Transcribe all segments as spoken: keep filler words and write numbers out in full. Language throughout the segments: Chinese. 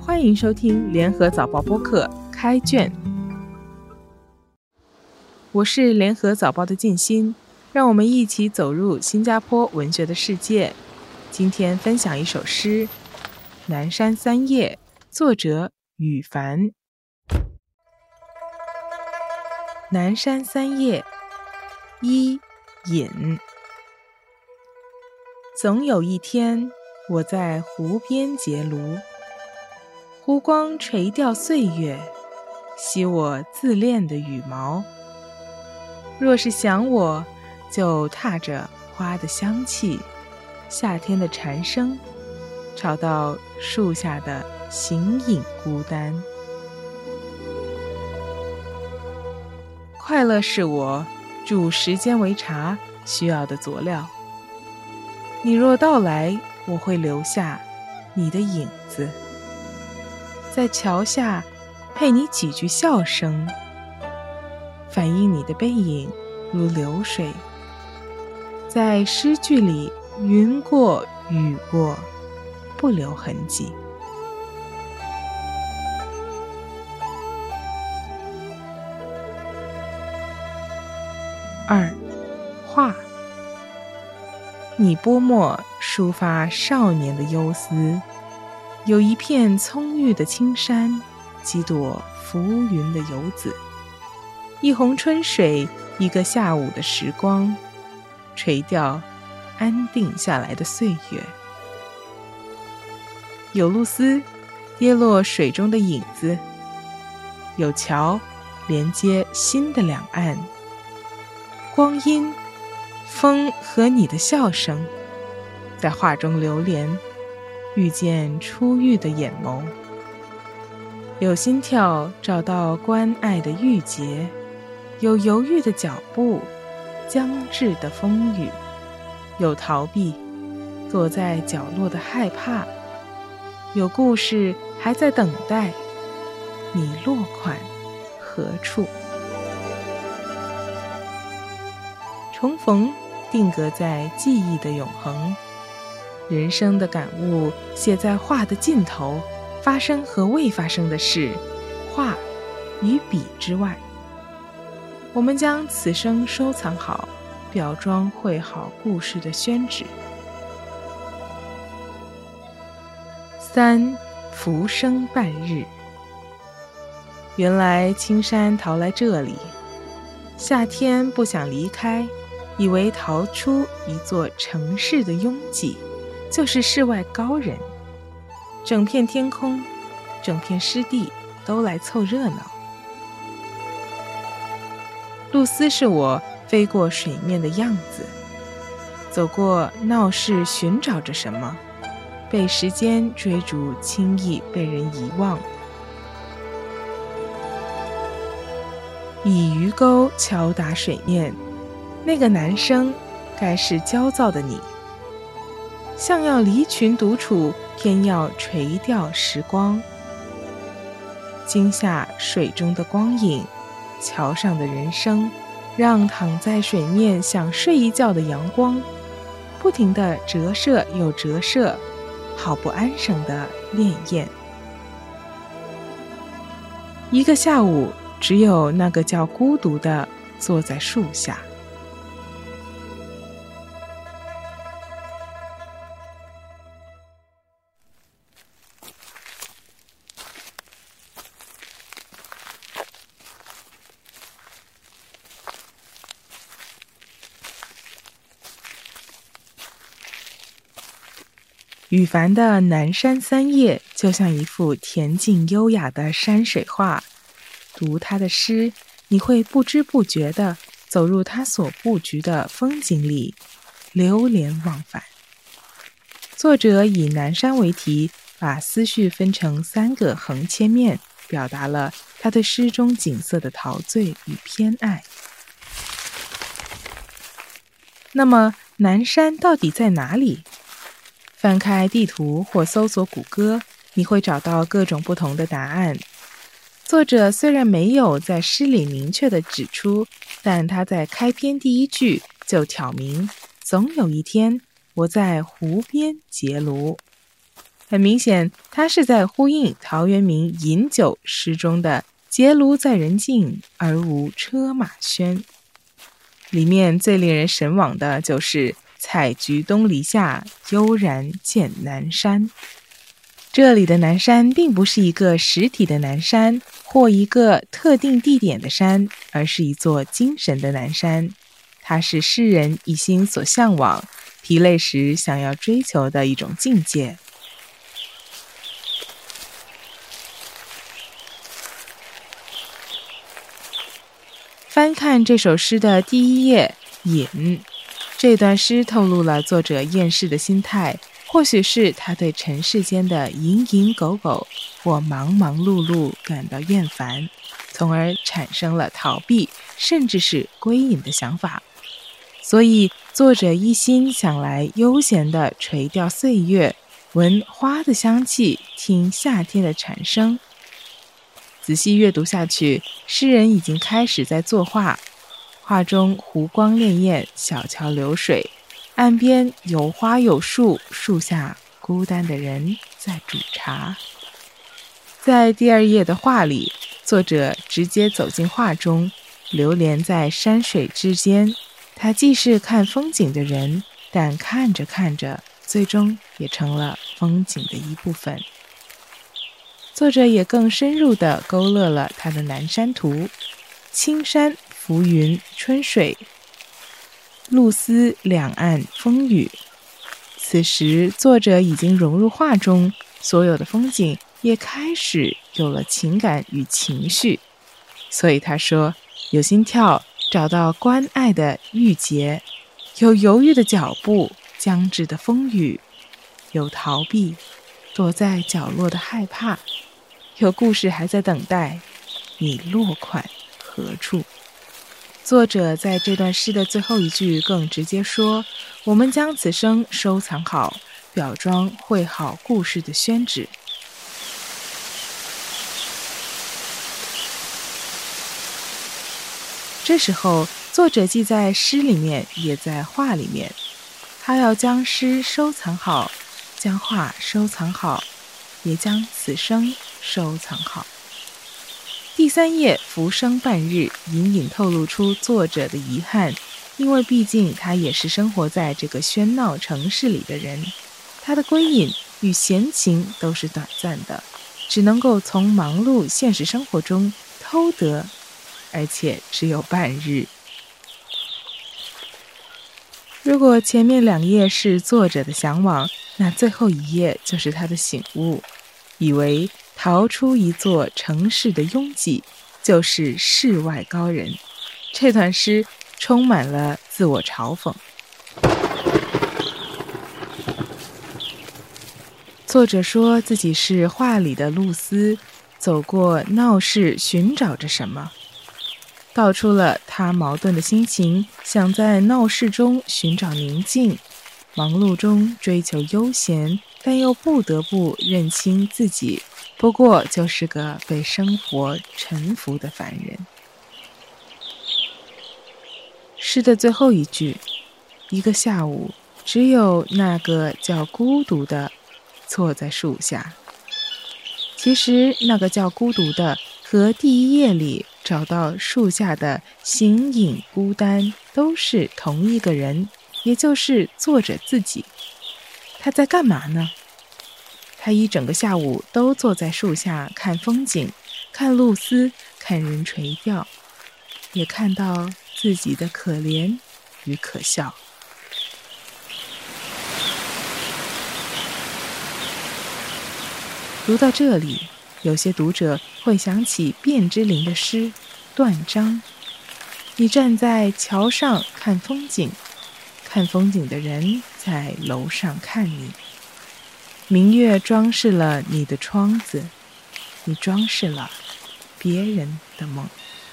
欢迎收听联合早报播客开卷。我是联合早报的静心，让我们一起走入新加坡文学的世界。今天分享一首诗《南山三叶》，作者羽凡。南山三叶，一隐。总有一天，我在湖边结庐，湖光垂钓岁月，洗我自恋的羽毛。若是想我，就踏着花的香气，夏天的蝉声，找到树下的形影孤单。快乐是我煮时间为茶需要的佐料。你若到来，我会留下你的影子，在桥下配你几句笑声，反映你的背影如流水，在诗句里云过雨过，不留痕迹。二，画。你泼墨抒发少年的忧思，有一片葱郁的青山，几朵浮云的游子，一泓春水，一个下午的时光，垂钓安定下来的岁月。有露丝跌落水中的影子，有桥连接新的两岸，光阴，风和你的笑声，在画中流连，遇见初遇的眼眸。有心跳找到关爱的郁结，有犹豫的脚步，将至的风雨。有逃避躲在角落的害怕，有故事还在等待，你落款何处？重逢定格在记忆的永恒，人生的感悟写在画的尽头，发生和未发生的事，画与笔之外。我们将此生收藏好，裱装绘好故事的宣纸。三，浮生半日。原来青山逃来这里，夏天不想离开，以为逃出一座城市的拥挤，就是世外高人。整片天空，整片湿地都来凑热闹。露丝是我飞过水面的样子，走过闹市寻找着什么，被时间追逐，轻易被人遗忘。以鱼钩敲打水面，那个男生该是焦躁的你，像要离群独处，偏要垂钓时光。惊吓水中的光影，桥上的人生，让躺在水面想睡一觉的阳光，不停地折射又折射，好不安生的潋滟。一个下午，只有那个叫孤独的坐在树下。羽凡的南山三叶就像一幅恬静优雅的山水画，读他的诗，你会不知不觉地走入他所布局的风景里，流连忘返。作者以南山为题，把思绪分成三个横切面，表达了他对诗中景色的陶醉与偏爱。那么南山到底在哪里？翻开地图或搜索谷歌，你会找到各种不同的答案。作者虽然没有在诗里明确地指出，但他在开篇第一句就挑明，总有一天我在湖边结庐。 很明显，他是在呼应陶渊明《饮酒》诗中的“结庐在人境，而无车马喧”。里面最令人神往的就是“采菊东篱下，悠然见南山”。这里的南山并不是一个实体的南山，或一个特定地点的山，而是一座精神的南山。它是诗人一心所向往，疲累时想要追求的一种境界。翻看这首诗的第一页《饮》，这段诗透露了作者厌世的心态，或许是他对尘世间的蝇营狗苟或忙忙碌碌感到厌烦，从而产生了逃避甚至是归隐的想法。所以作者一心想来悠闲地垂钓岁月，闻花的香气，听夏天的蝉声。仔细阅读下去，诗人已经开始在作画，画中湖光潋滟，小桥流水，岸边有花有树，树下孤单的人在煮茶。在第二页的画里，作者直接走进画中，流连在山水之间。他既是看风景的人，但看着看着，最终也成了风景的一部分。作者也更深入地勾勒了他的南山图，青山浮云春水，露丝两岸风雨。此时作者已经融入画中，所有的风景也开始有了情感与情绪。所以他说，有心跳，找到关爱的郁结，有犹豫的脚步，僵滞的风雨，有逃避，躲在角落的害怕，有故事还在等待，你落款何处？作者在这段诗的最后一句更直接说，我们将此生收藏好，裱装绘好故事的宣纸。这时候作者既在诗里面也在画里面，他要将诗收藏好，将画收藏好，也将此生收藏好。第三页浮生半日隐隐透露出作者的遗憾，因为毕竟他也是生活在这个喧闹城市里的人，他的归隐与闲情都是短暂的，只能够从忙碌现实生活中偷得，而且只有半日。如果前面两页是作者的向往，那最后一页就是他的醒悟，以为逃出一座城市的拥挤就是世外高人。这段诗充满了自我嘲讽。作者说自己是画里的露丝，走过闹市寻找着什么，道出了他矛盾的心情，想在闹市中寻找宁静，忙碌中追求悠闲，但又不得不认清自己不过就是个被生活臣服的凡人。诗的最后一句，一个下午，只有那个叫孤独的坐在树下。其实那个叫孤独的和第一页里找到树下的形影孤单都是同一个人，也就是作者自己。他在干嘛呢？他一整个下午都坐在树下看风景，看露丝，看人垂钓，也看到自己的可怜与可笑。读到这里，有些读者会想起卞之琳的诗《断章》，你站在桥上看风景，看风景的人在楼上看你。明月装饰了你的窗子，你装饰了别人的梦。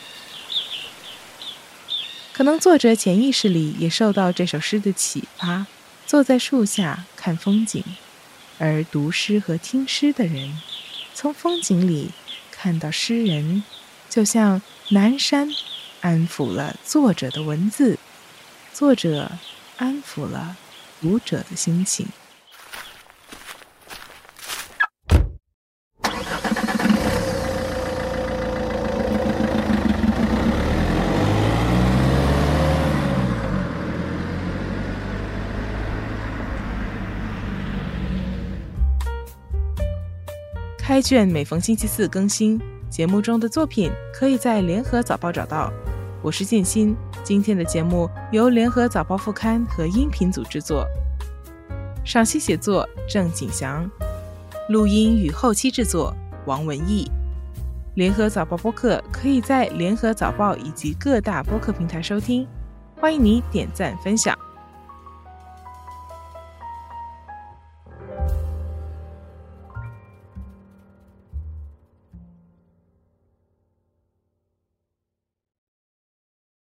可能作者潜意识里也受到这首诗的启发，坐在树下看风景，而读诗和听诗的人从风景里看到诗人，就像南山安抚了作者的文字，作者安抚了读者的心情。 开卷每逢星期四更新，节目中的作品可以在联合早报找到。我是建新，今天的节目由联合早报副刊和音频组制作，赏析写作郑景祥，录音与后期制作王文义。联合早报播客可以在联合早报以及各大播客平台收听，欢迎你点赞分享。